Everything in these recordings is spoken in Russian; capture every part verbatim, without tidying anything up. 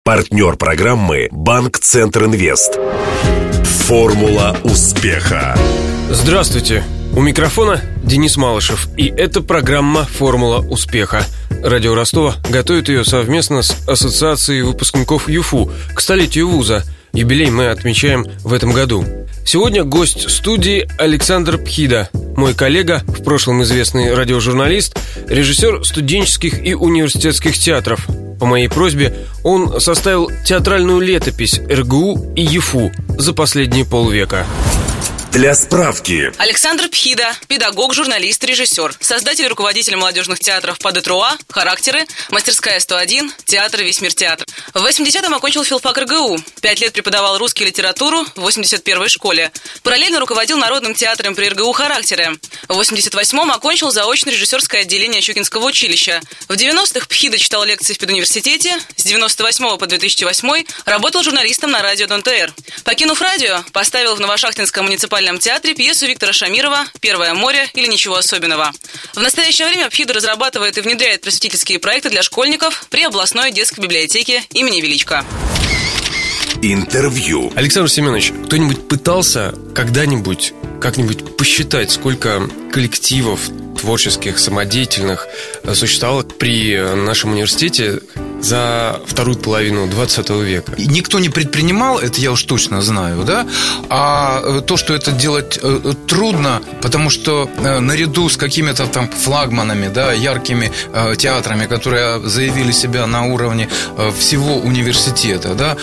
Партнер программы «Банк Центр Инвест». Формула успеха. Здравствуйте. У микрофона Денис Малышев. И это программа «Формула успеха». Радио Ростова готовит ее совместно с Ассоциацией выпускников ЮФУ к столетию вуза. Юбилей мы отмечаем в этом году. Сегодня гость студии Александр Пхида, мой коллега, в прошлом известный радиожурналист, режиссер студенческих и университетских театров. По моей просьбе он составил театральную летопись эр гэ у и ЮФУ за последние полвека. Для справки. Александр Пхида – педагог, журналист, режиссер, создатель и руководитель молодежных театров «Падетруа», «Характеры», «Мастерская сто один», театр «Весь мир театр». В восьмидесятом окончил филфак эр гэ у. Пять лет преподавал русский литературу в восемьдесят первой школе. Параллельно руководил Народным театром при эр гэ у «Характеры». В восемьдесят восьмом окончил заочно-режиссерское отделение Щукинского училища. В девяностых Пхида читал лекции в педуниверситете. С девяносто восьмого по две тысячи восьмой работал журналистом на радио Дон тэ эр. Покинув радио, поставил в Новошахтинском муниципальном В театре пьесу Виктора Шамирова «Первое море» или «Ничего особенного». В настоящее время Пхида разрабатывает и внедряет просветительские проекты для школьников при областной детской библиотеке имени Величко. Интервью. Александр Семенович, кто-нибудь пытался когда-нибудь как-нибудь посчитать, сколько коллективов творческих, самодеятельных существовало при нашем университете за вторую половину двадцатого века? Никто не предпринимал, это я уж точно знаю, да? А то, что это делать трудно, потому что наряду с какими-то там флагманами, да, яркими театрами, которые заявили себя на уровне всего университета, да,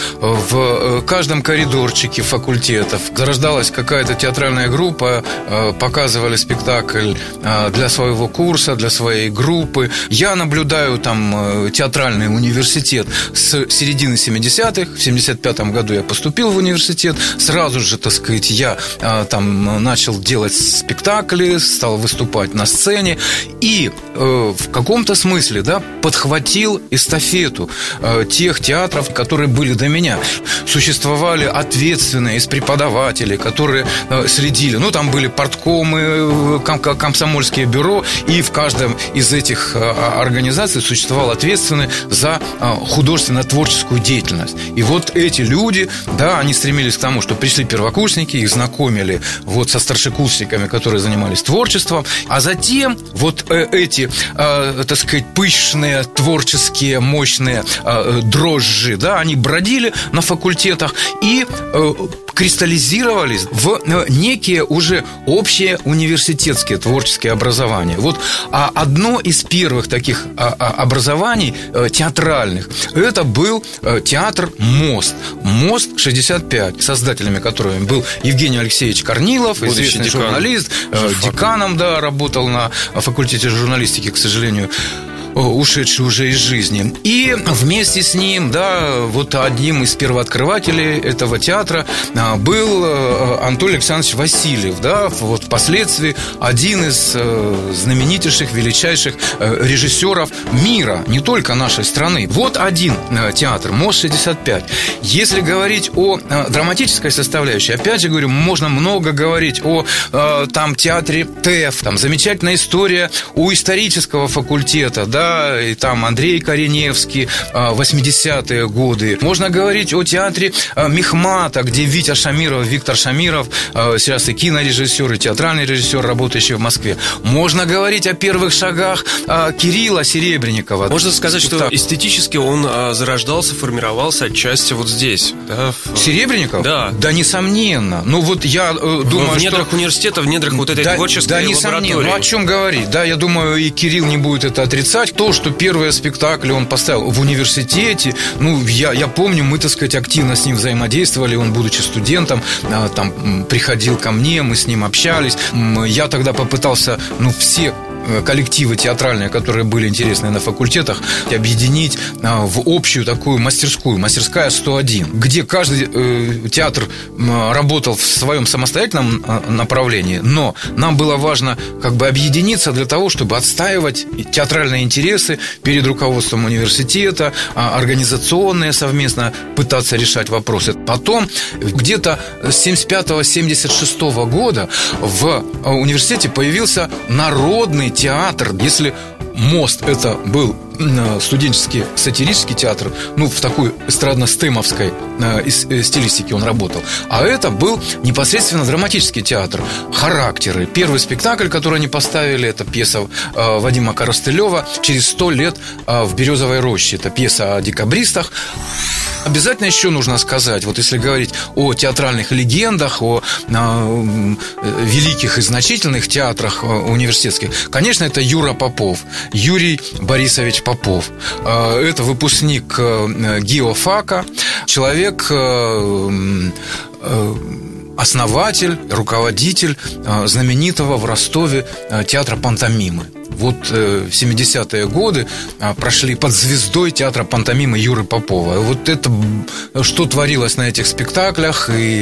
в каждом коридорчике факультетов зарождалась какая-то театральная группа, показывали спектакль для своего курса, для своей группы. Я наблюдаю там театральный университет с середины семидесятых. В семьдесят пятом году я поступил в университет. Сразу же, так сказать, я там начал делать спектакли, стал выступать на сцене и в каком-то смысле, да, подхватил эстафету тех театров, которые были до меня. Существовали ответственные из преподавателей, которые следили. Ну, там были парткомы, комсомольские бюро, и в каждом из этих организаций существовал ответственный за художественно-творческую деятельность. И вот эти люди, да, они стремились к тому, что пришли первокурсники, их знакомили вот со старшекурсниками, которые занимались творчеством, а затем вот эти, так сказать, пышные, творческие, мощные дрожжи, да, они бродили на факультетах и кристаллизировались в некие уже общие университетские творческие образования. Вот одно из первых таких образований театральных — это был театр «Мост». «Мост» шестьдесят пять, создателями которого был Евгений Алексеевич Корнилов, известный декан, журналист, журфак. Деканом, да, работал на факультете журналистики, к сожалению, ушедший уже из жизни. И вместе с ним, да, вот одним из первооткрывателей этого театра был Анатолий Александрович Васильев, да, вот впоследствии один из знаменитейших, величайших режиссеров мира, не только нашей страны. Вот один театр, «Мост» шестьдесят пять. Если говорить о драматической составляющей, опять же говорю, можно много говорить о там театре ТЭФ, там замечательная история у исторического факультета, да, и там Андрей Кореневский, восьмидесятые годы. Можно говорить о театре Мехмата, где Витя Шамиров, Виктор Шамиров, сейчас и кинорежиссер, и театральный режиссер, работающий в Москве. Можно говорить о первых шагах Кирилла Серебренникова. Можно сказать, что так, эстетически он зарождался, формировался отчасти вот здесь, да? Серебренников? Да. Да, несомненно. Ну вот я думаю, в, в недрах что... университета, в недрах вот этой да, творческой да, лаборатории. несомненно. Ну о чем говорить? Да, я думаю, и Кирилл не будет это отрицать. То, что первые спектакли он поставил в университете, ну, я, я помню, мы, так сказать, активно с ним взаимодействовали. Он, будучи студентом, там приходил ко мне, мы с ним общались. Я тогда попытался, ну, все коллективы театральные, которые были интересны на факультетах, объединить в общую такую мастерскую, мастерская сто один, где каждый э, театр работал в своем самостоятельном направлении, но нам было важно как бы объединиться для того, чтобы отстаивать театральные интересы перед руководством университета, организационные совместно пытаться решать вопросы. Потом где-то с семьдесят пятого — семьдесят шестого года в университете появился народный театр. Если «Мост» — это был студенческий сатирический театр, ну, в такой эстрадно-стемовской э, стилистике он работал. А это был непосредственно драматический театр. «Характеры». Первый спектакль, который они поставили, это пьеса э, Вадима Коростылева «Через сто лет э, в Березовой роще». Это пьеса о декабристах. Обязательно еще нужно сказать, вот если говорить о театральных легендах, о, о великих и значительных театрах университетских, конечно, это Юра Попов, Юрий Борисович Попов. Это выпускник геофака, человек, основатель, руководитель знаменитого в Ростове театра пантомимы. Вот в семидесятые годы прошли под звездой театра пантомимы Юры Попова. Вот это, что творилось на этих спектаклях. И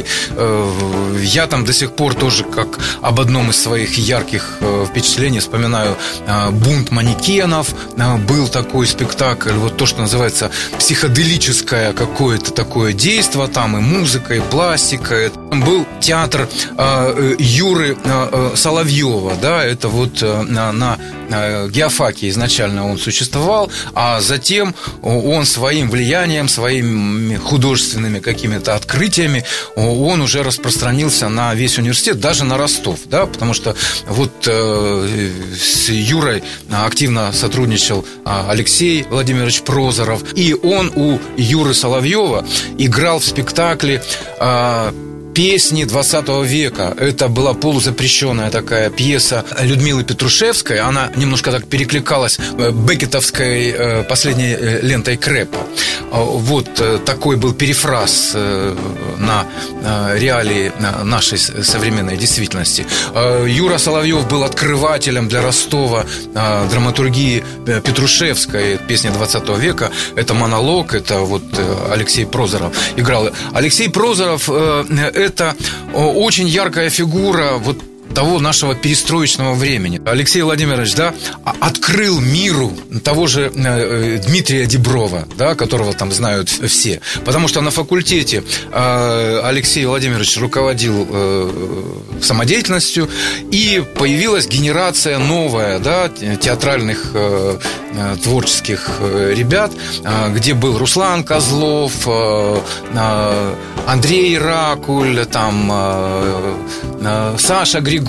э, я там до сих пор тоже, как об одном из своих ярких э, впечатлений, вспоминаю э, «Бунт манекенов». Э, был такой спектакль, вот то, что называется психоделическое какое-то такое действо. Там и музыка, и пластика. Был театр э, Юры э, Соловьева, да, это вот э, на, на геофаке изначально он существовал, а затем он своим влиянием, своими художественными какими-то открытиями, он уже распространился на весь университет, даже на Ростов, да, потому что вот э, с Юрой активно сотрудничал Алексей Владимирович Прозоров, и он у Юры Соловьева играл в спектакле э, «Песни двадцатого века». Это была полузапрещенная такая пьеса Людмилы Петрушевской. Она немножко так перекликалась беккетовской последней лентой Крепа. Вот такой был перефраз на реалии нашей современной действительности. Юра Соловьев был открывателем для Ростова драматургии Петрушевской, «Песни двадцатого века». Это монолог, это вот Алексей Прозоров играл. Алексей Прозоров – это очень яркая фигура вот того нашего перестроечного времени. Алексей Владимирович, да, открыл миру того же э, Дмитрия Диброва, да, которого там знают все. Потому что на факультете э, Алексей Владимирович руководил э, самодеятельностью, и появилась генерация новая, да, театральных э, творческих э, ребят, э, где был Руслан Козлов, э, э, Андрей Ракуль, там э, э, Саша Григорьев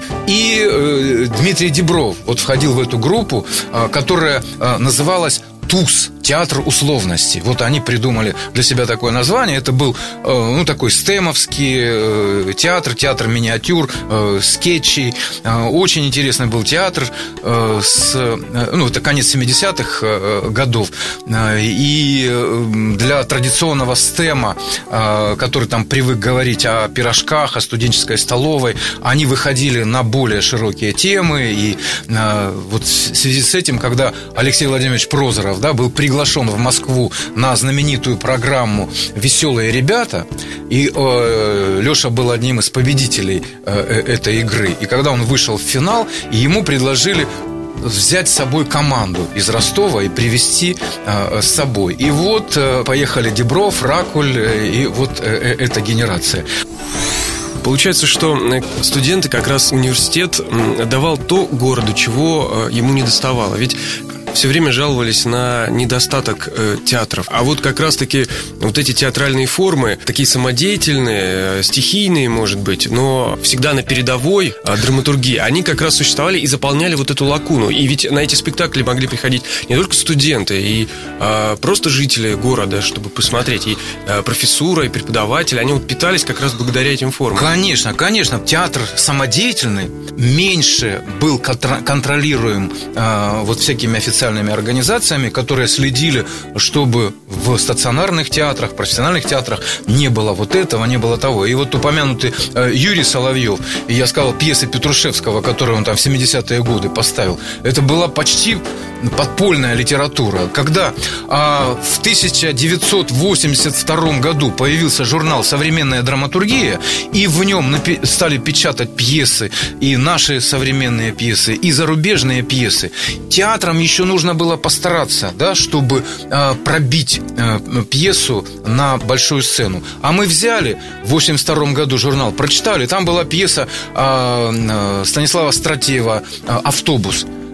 и э, Дмитрий Дибров вот входил в эту группу, э, которая э, называлась ТУЗ, театр условности. Вот они придумали для себя такое название. Это был э, ну, такой стемовский э, театр, театр миниатюр, э, скетчей. Э, очень интересный был театр э, с, э, ну, это конец семидесятых э, годов. Э, и э, для традиционного стема, э, который там привык говорить о пирожках, о студенческой столовой, они выходили на более широкие темы. И э, вот в связи с этим, когда Алексей Владимирович Прозоров, да, был приглашен в Москву на знаменитую программу «Веселые ребята», и э, Леша был одним из победителей э, этой игры. И когда он вышел в финал, ему предложили взять с собой команду из Ростова и привезти э, с собой. И вот э, поехали Дибров, Ракуль, э, и вот э, э, эта генерация. Получается, что студенты, как раз университет давал то городу, чего ему не доставало. Ведь все время жаловались на недостаток э, театров. А вот как раз-таки вот эти театральные формы, такие самодеятельные, э, стихийные, может быть, но всегда на передовой э, драматургии, они как раз существовали и заполняли вот эту лакуну. И ведь на эти спектакли могли приходить не только студенты, и э, просто жители города, чтобы посмотреть. И э, профессура, и преподаватели, они вот питались как раз благодаря этим формам. Конечно, конечно. Театр самодеятельный меньше был контр- контролируем э, вот всякими официальными организациями, которые следили, чтобы в стационарных театрах, профессиональных театрах не было вот этого, не было того. И вот упомянутый э, Юрий Соловьев, и я сказал, пьесы Петрушевского, которую он там в семидесятые годы поставил, это была почти подпольная литература. Когда э, в тысяча девятьсот восемьдесят втором году появился журнал «Современная драматургия», и в нем напи- стали печатать пьесы, и наши современные пьесы, и зарубежные пьесы, театрам еще нужно было постараться, да, чтобы э, пробить э, пьесу на большую сцену. А мы взяли в восемьдесят втором году журнал, прочитали, там была пьеса э, э, Станислава Стратеева э, «Автобус».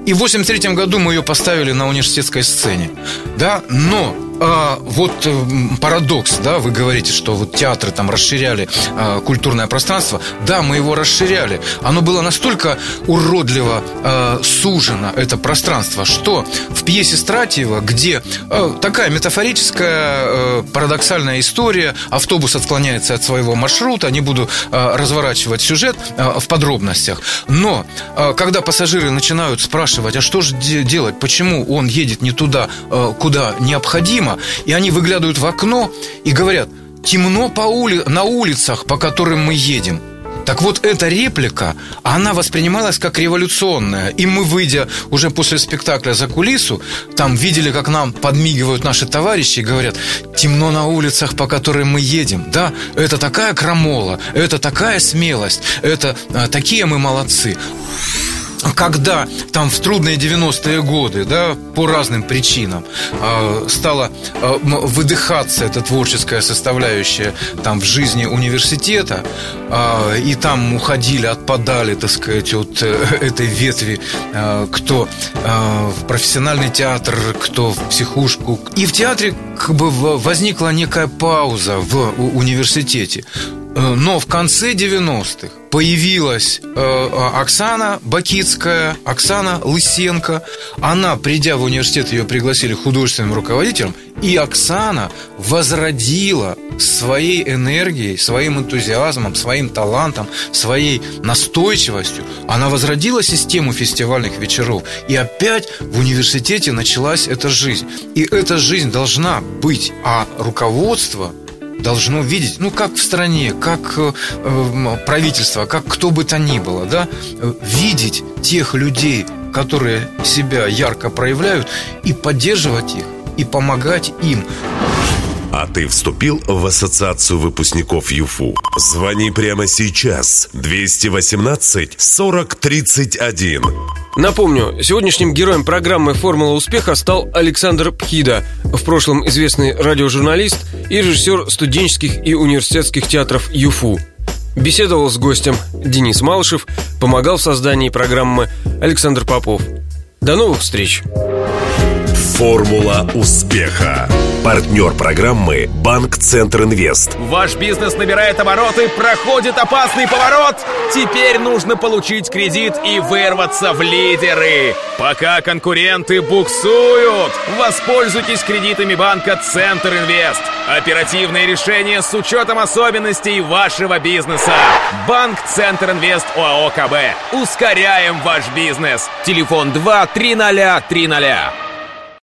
И в восемьдесят третьем году мы ее поставили на университетской сцене. Да, но а, вот э, парадокс, да, вы говорите, что вот театры там расширяли а, культурное пространство. Да, мы его расширяли. Оно было настолько уродливо а, сужено, это пространство, что в пьесе Стратьева, где а, такая метафорическая а, парадоксальная история, автобус отклоняется от своего маршрута, не буду а, разворачивать сюжет а, в подробностях, но а, когда пассажиры начинают спрашивать, а что же де- делать, почему он едет не туда, а, куда необходимо, и они выглядывают в окно и говорят: темно по ули... на улицах, по которым мы едем. Так вот, эта реплика, она воспринималась как революционная. И мы, выйдя уже после спектакля за кулису, там видели, как нам подмигивают наши товарищи и говорят: темно на улицах, по которым мы едем. Да, это такая крамола, это такая смелость, это а, такие мы молодцы. Когда там в трудные девяностые годы, да, по разным причинам э, стала э, выдыхаться эта творческая составляющая там в жизни университета, э, и там уходили, отпадали, так сказать, от э, этой ветви, э, кто э, в профессиональный театр, кто в психушку. И в театре как бы возникла некая пауза в университете. Но в конце девяностых появилась э, Оксана Бакицкая, Оксана Лысенко. Она, придя в университет, ее пригласили художественным руководителем. И Оксана возродила своей энергией, своим энтузиазмом, своим талантом, своей настойчивостью. Она возродила систему фестивальных вечеров. И опять в университете началась эта жизнь. И эта жизнь должна быть, а руководство должно видеть, ну, как в стране, как э, правительство, как кто бы то ни было, да, видеть тех людей, которые себя ярко проявляют, и поддерживать их, и помогать им. А ты вступил в ассоциацию выпускников ЮФУ? Звони прямо сейчас. двести восемнадцать сорок тридцать один. Напомню, сегодняшним героем программы «Формула успеха» стал Александр Пхида, в прошлом известный радиожурналист и режиссер студенческих и университетских театров ЮФУ. Беседовал с гостем Денис Малышев, помогал в создании программы Александр Попов. До новых встреч! «Формула успеха». Партнер программы «Банк Центр Инвест». Ваш бизнес набирает обороты, проходит опасный поворот. Теперь нужно получить кредит и вырваться в лидеры. Пока конкуренты буксуют, воспользуйтесь кредитами банка Центр Инвест. Оперативные решения с учетом особенностей вашего бизнеса. Банк Центр Инвест ОАО КБ. Ускоряем ваш бизнес. Телефон два три ноль три ноль.